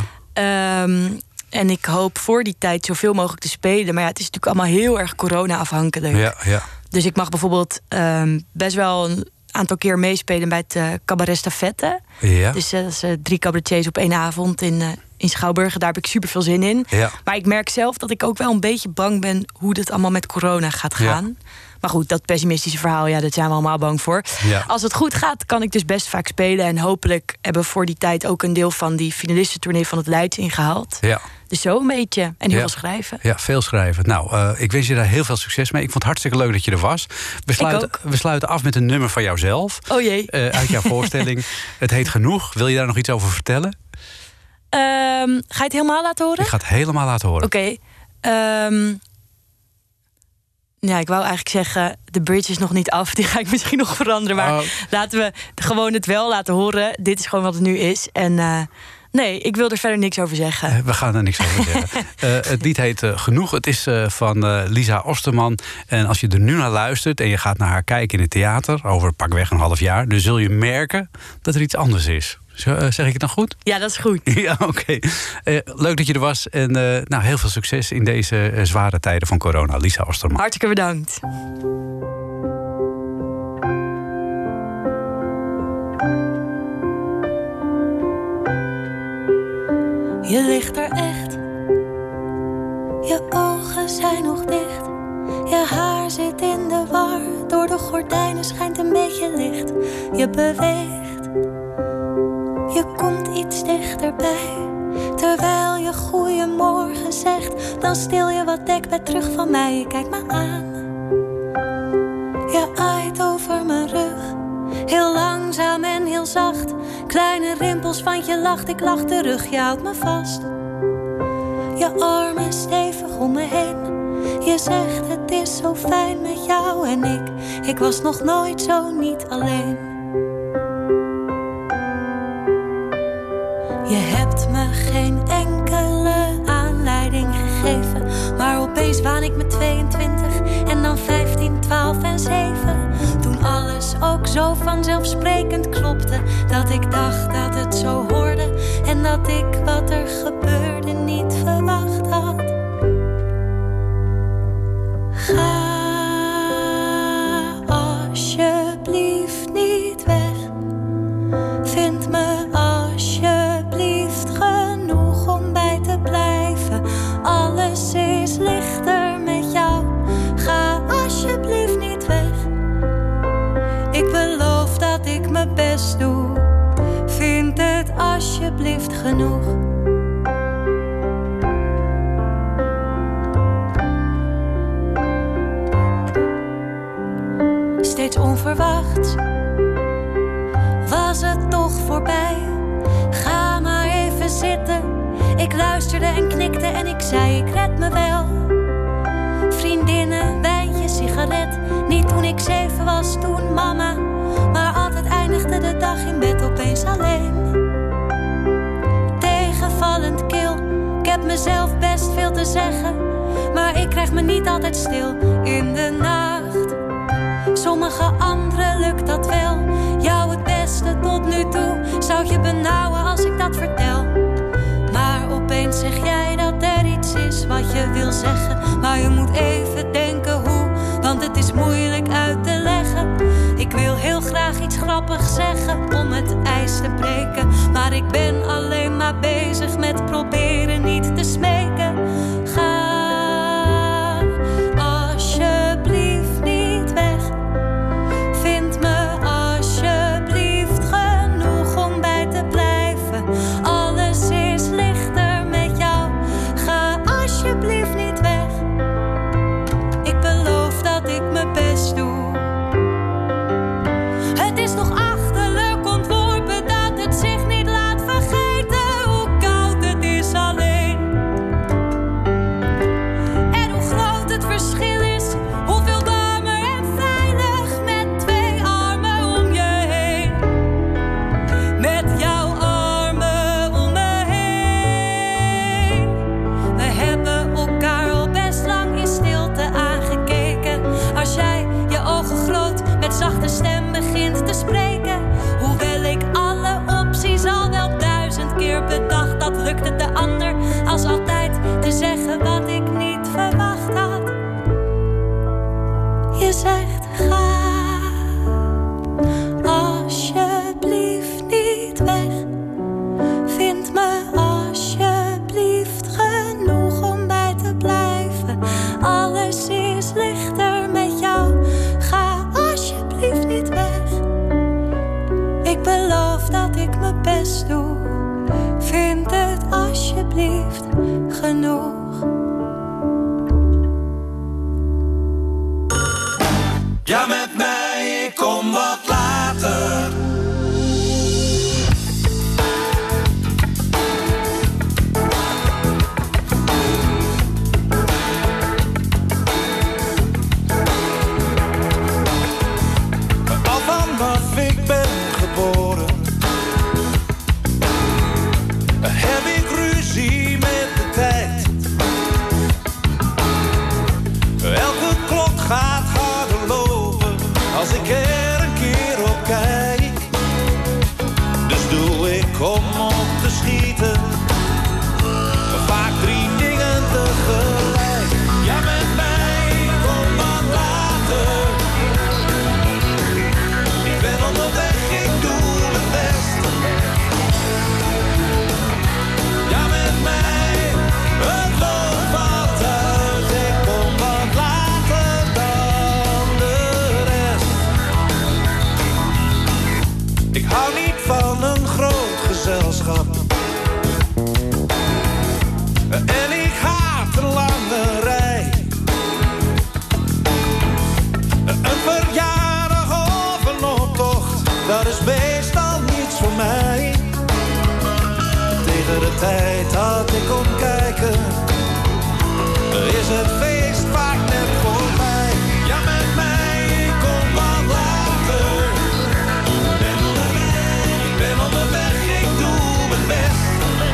Speaker 8: En ik hoop voor die tijd zoveel mogelijk te spelen. Maar ja, het is natuurlijk allemaal heel erg corona-afhankelijk.
Speaker 5: Ja.
Speaker 8: Dus ik mag bijvoorbeeld best wel een aantal keer meespelen bij het cabaret Stafette.
Speaker 5: Ja.
Speaker 8: Dus dat is 3 cabaretiers op 1 avond in Schouwburg. Daar heb ik super veel zin in.
Speaker 5: Ja.
Speaker 8: Maar ik merk zelf dat ik ook wel een beetje bang ben... hoe dit allemaal met corona gaat gaan. Ja. Maar goed, dat pessimistische verhaal, ja, daar zijn we allemaal bang voor. Ja. Als het goed gaat, kan ik dus best vaak spelen. En hopelijk hebben we voor die tijd ook een deel van die finalistentournee van het Leids ingehaald. Ja. Dus zo een beetje. En heel veel schrijven.
Speaker 5: Ja, veel schrijven. Nou, ik wens je daar heel veel succes mee. Ik vond het hartstikke leuk dat je er was. We sluiten af met een nummer van jouzelf.
Speaker 8: Oh jee.
Speaker 5: Uit jouw voorstelling. Het heet Genoeg. Wil je daar nog iets over vertellen?
Speaker 8: Ga je het helemaal laten horen?
Speaker 5: Ik ga het helemaal laten horen.
Speaker 8: Oké. Ja, ik wou eigenlijk zeggen, de bridge is nog niet af. Die ga ik misschien nog veranderen. Maar laten we gewoon het wel laten horen. Dit is gewoon wat het nu is. En nee, ik wil er verder niks over zeggen.
Speaker 5: We gaan er niks over zeggen. Het lied heet Genoeg. Het is van Lisa Osterman. En als je er nu naar luistert en je gaat naar haar kijken in het theater... over pakweg een half jaar, dan zul je merken dat er iets anders is. Zeg ik het dan goed?
Speaker 8: Ja, dat is goed.
Speaker 5: Ja, oké. Leuk dat je er was. En heel veel succes in deze zware tijden van corona. Lisa Osterman.
Speaker 8: Hartstikke bedankt.
Speaker 9: Je ligt er echt. Je ogen zijn nog dicht. Je haar zit in de war. Door de gordijnen schijnt een beetje licht. Je beweegt. Je komt iets dichterbij. Terwijl je goeiemorgen zegt, dan stil je wat dekbed terug van mij. Je kijkt me aan. Je aait over mijn rug. Heel langzaam en heel zacht. Kleine rimpels, want je lacht, ik lach terug. Je houdt me vast. Je armen stevig om me heen. Je zegt het is zo fijn met jou en ik was nog nooit zo niet alleen. Je hebt me geen enkele aanleiding gegeven. Maar opeens waan ik me 22 en dan 15, 12 en 7. Toen alles ook zo vanzelfsprekend klopte. Dat ik dacht dat het zo hoorde. En dat ik wat er gebeurde niet verwacht had. Ga alsjeblieft niet weg. Vind me alsjeblieft genoeg om bij te blijven. Alles is lichter met jou. Ga alsjeblieft niet weg. Ik beloof dat ik mijn best doe. Vind het alsjeblieft genoeg. Steeds onverwachts was het toch voorbij. Ga maar even zitten. Ik luisterde en knikte en ik zei ik red me wel. Vriendinnen, wijntje, sigaret. Niet toen ik 7 was, toen mama. Maar altijd eindigde de dag in bed opeens alleen. Tegenvallend kil. Ik heb mezelf best veel te zeggen. Maar ik krijg me niet altijd stil in de nacht. Sommige anderen lukt dat wel. Jou het beste tot nu toe. Zou je benauwen als ik dat vertel. Maar opeens zeg jij dat er iets is wat je wil zeggen. Maar je moet even denken hoe. Want het is moeilijk uit te leggen. Ik wil heel graag iets grappigs zeggen om het ijs te breken. Maar ik ben alleen maar bezig met proberen niet te smeken. Ga alsjeblieft niet weg. Vind me alsjeblieft genoeg om bij te blijven. Alles is lichter met jou. Ga alsjeblieft niet weg. Ik beloof dat ik mijn best doe. Het is nog achterlijk ontworpen dat het zich niet laat vergeten hoe koud het is alleen. En hoe groot het verschil is, hoeveel warmer en veilig met 2 armen om je heen. Met jouw armen om me heen. We hebben elkaar al best lang in stilte aangekeken. Als jij je ogen groot met zachte stem begint te spreken. Hoewel ik alle opties al wel 1000 keer bedacht. Dat lukte de ander als altijd te zeggen wat ik niet verwacht had. Je zegt ga alsjeblieft niet weg. Vind me alsjeblieft genoeg om bij te blijven. Alles is lichter met jou. Ga alsjeblieft niet weg. Ik beloof dat ik mijn best doe. Vind het alsjeblieft genoeg.
Speaker 7: Ja, met mij, ik kom wat later. En ik haat de lange rij. Een verjaardag of een optocht, dat is meestal niets voor mij. Tegen de tijd dat ik kom kijken, is het feest vaak net voorbij. Ja, met mij, ik kom wat later. Ik ben onderweg, ik doe mijn best.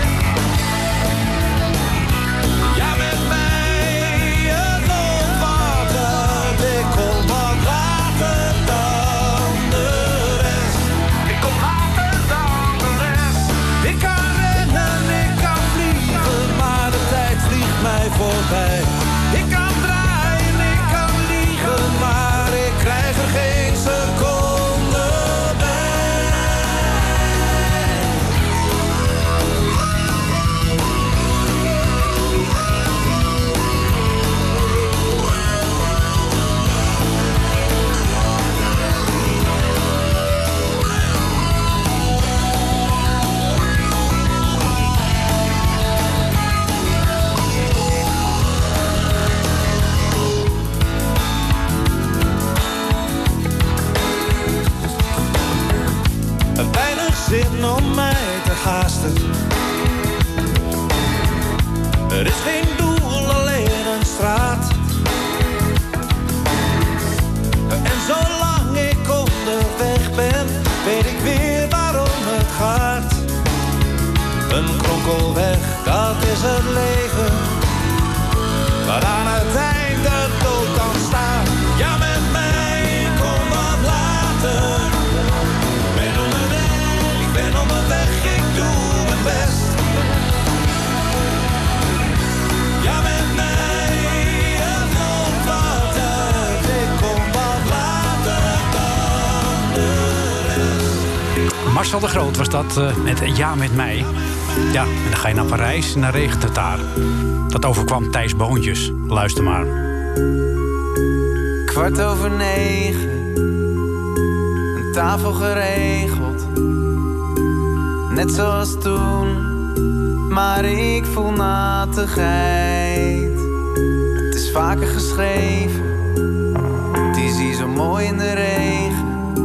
Speaker 7: Ja, met mij, het loopt wat uit. Ik kom wat later dan de rest. Ik kom later dan de rest. Ik kan rennen, ik kan vliegen, maar de tijd vliegt mij voorbij. Ik kan draaien, ik kan liegen, maar ik krijg er geen seconde bij. Weinig zin om mij te haasten. Er is geen doel, alleen een straat. En zolang ik onderweg ben, weet ik weer waarom het gaat. Een kronkelweg, dat is het leven, waaraan het eind de dood kan staan. Ja, met mij, ik kom wat later. Ik ben onderweg, ik doe mijn best. Ja, met mij, het loopt wat uit. Ik kom wat later dan de rest.
Speaker 5: Marcel de Groot was dat met Ja met mij. Ja, en dan ga je naar Parijs en dan regent het daar. Dat overkwam Thijs Boontjes. Luister maar.
Speaker 14: 9:15, een tafel geregeld. Net zoals toen, maar ik voel nattigheid. Het is vaker geschreven, het is hier zo mooi in de regen.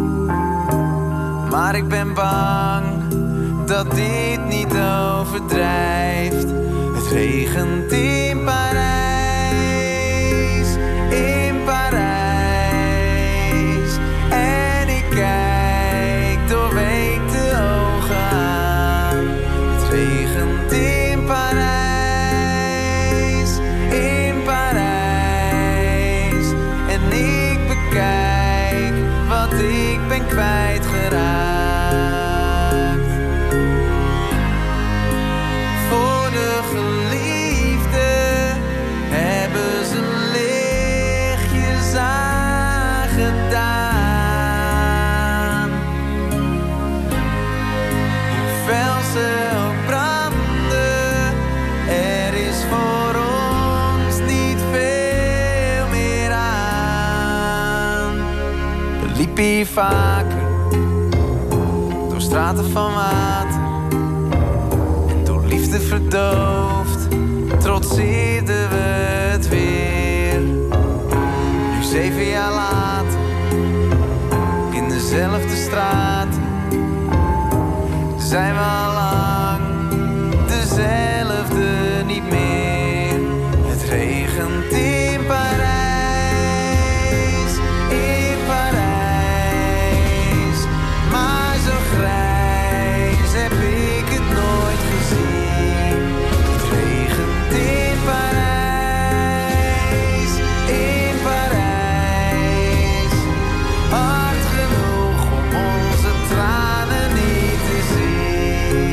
Speaker 14: Maar ik ben bang dat dit niet overdrijft. Het regent in Parijs, in Parijs. En ik kijk doorweekte ogen aan. Het regent in Parijs, in Parijs. En ik bekijk wat ik ben kwijtgeraakt. Voor de geliefde hebben ze lichtjes aangedaan. Hoeveel ze ook branden, er is voor ons niet veel meer aan. We liepen hier vaker door straten van water. En door liefde verdoofd trotseerden we het weer. Nu 7 jaar later, in dezelfde straat, zijn we al lang dezelfde niet meer. Het regent in Parijs, in Parijs. Maar zo grijs heb ik het nooit gezien. Het regent in Parijs, in Parijs. Hard genoeg om onze tranen niet te zien.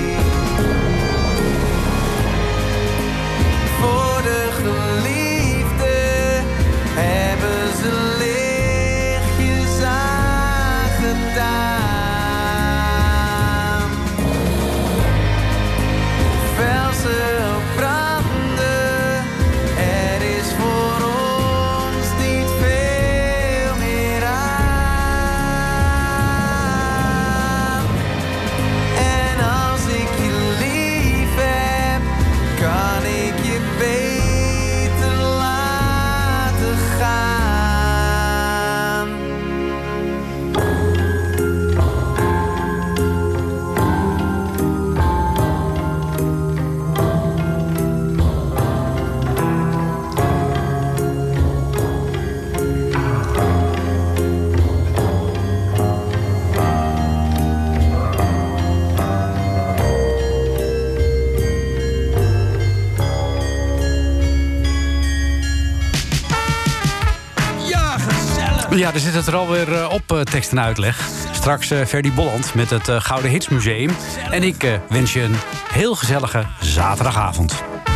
Speaker 5: Ja, er zit het er alweer op, tekst en uitleg. Straks Ferdy Bolland met het Gouden Hitsmuseum. En ik wens je een heel gezellige zaterdagavond.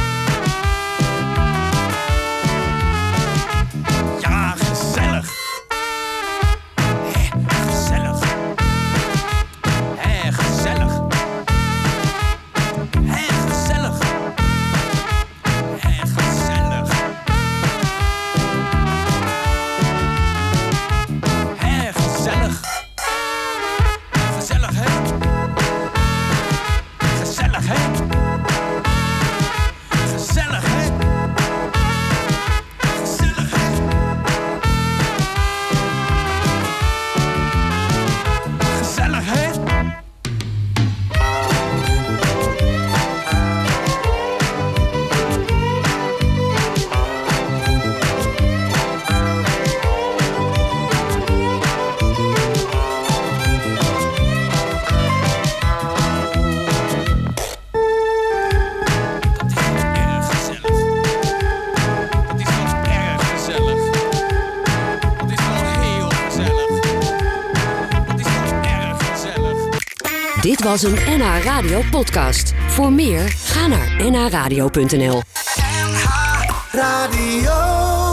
Speaker 2: Ja, gezellig. Gezellig. Gezellig. Gezellig. Gezellig. Gezellig. Gezellig, hè? Gezellig, hè? Gezellig, hè? Gezellig, hè? Gezellig, hè?
Speaker 1: Dit was een NH Radio podcast. Voor meer, ga naar nhradio.nl.
Speaker 7: Radio.